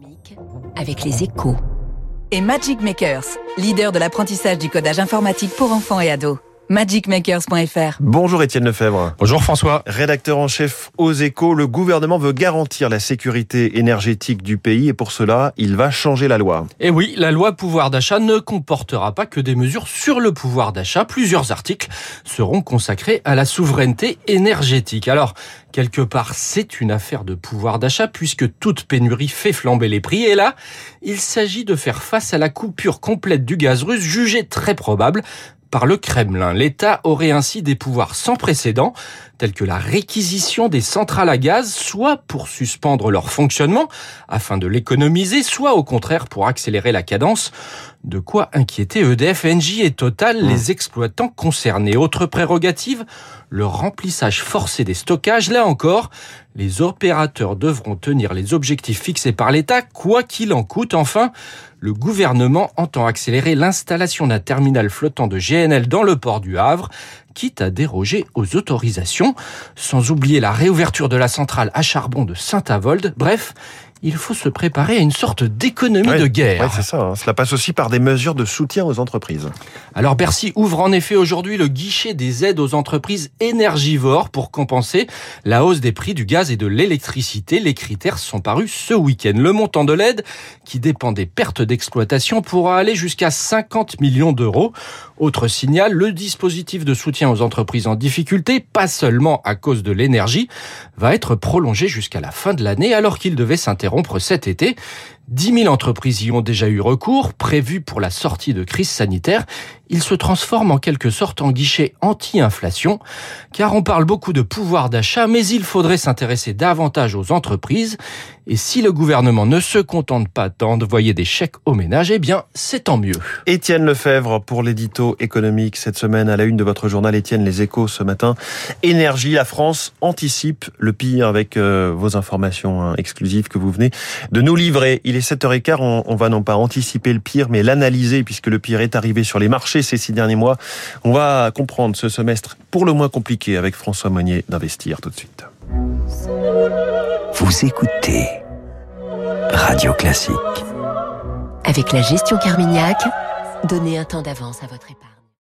économique avec les Échos. Et Magic Makers, leader de l'apprentissage du codage informatique pour enfants et ados. magicmakers.fr. Bonjour Étienne Lefebvre. Bonjour François. Rédacteur en chef aux Échos, le gouvernement veut garantir la sécurité énergétique du pays et pour cela, il va changer la loi. Et oui, la loi pouvoir d'achat ne comportera pas que des mesures sur le pouvoir d'achat. Plusieurs articles seront consacrés à la souveraineté énergétique. Alors, quelque part, c'est une affaire de pouvoir d'achat puisque toute pénurie fait flamber les prix. Et là, il s'agit de faire face à la coupure complète du gaz russe, jugée très probable par le Kremlin. L'État aurait ainsi des pouvoirs sans précédent, tels que la réquisition des centrales à gaz, soit pour suspendre leur fonctionnement, afin de l'économiser, soit au contraire pour accélérer la cadence. De quoi inquiéter EDF, Engie et Total, les exploitants concernés. Autre prérogative, le remplissage forcé des stockages. Là encore, les opérateurs devront tenir les objectifs fixés par l'État, quoi qu'il en coûte. Enfin, le gouvernement entend accélérer l'installation d'un terminal flottant de GNL dans le port du Havre, quitte à déroger aux autorisations, sans oublier la réouverture de la centrale à charbon de Saint-Avold. Bref, il faut se préparer à une sorte d'économie de guerre. Oui, c'est ça. Cela passe aussi par des mesures de soutien aux entreprises. Alors Bercy ouvre en effet aujourd'hui le guichet des aides aux entreprises énergivores pour compenser la hausse des prix du gaz et de l'électricité. Les critères sont parus ce week-end. Le montant de l'aide, qui dépend des pertes d'exploitation, pourra aller jusqu'à 50 millions d'euros. Autre signal, le dispositif de soutien aux entreprises en difficulté, pas seulement à cause de l'énergie, va être prolongé jusqu'à la fin de l'année alors qu'il devait s'interrompre cet été. 10 000 entreprises y ont déjà eu recours, prévu pour la sortie de crise sanitaire. Il se transforme en quelque sorte en guichet anti-inflation, car on parle beaucoup de pouvoir d'achat, mais il faudrait s'intéresser davantage aux entreprises. Et si le gouvernement ne se contente pas d'envoyer des chèques aux ménages, eh bien, c'est tant mieux. Étienne Lefebvre pour l'édito économique cette semaine à la une de votre journal Étienne Les Échos ce matin. Énergie, la France anticipe le pire avec vos informations exclusives que vous venez de nous livrer. Il est 7h15, on va non pas anticiper le pire, mais l'analyser puisque le pire est arrivé sur les marchés ces 6 derniers mois. On va comprendre ce semestre pour le moins compliqué avec François Monnier d'Investir tout de suite. Vous écoutez Radio Classique. Avec la gestion Carmignac, donnez un temps d'avance à votre épargne.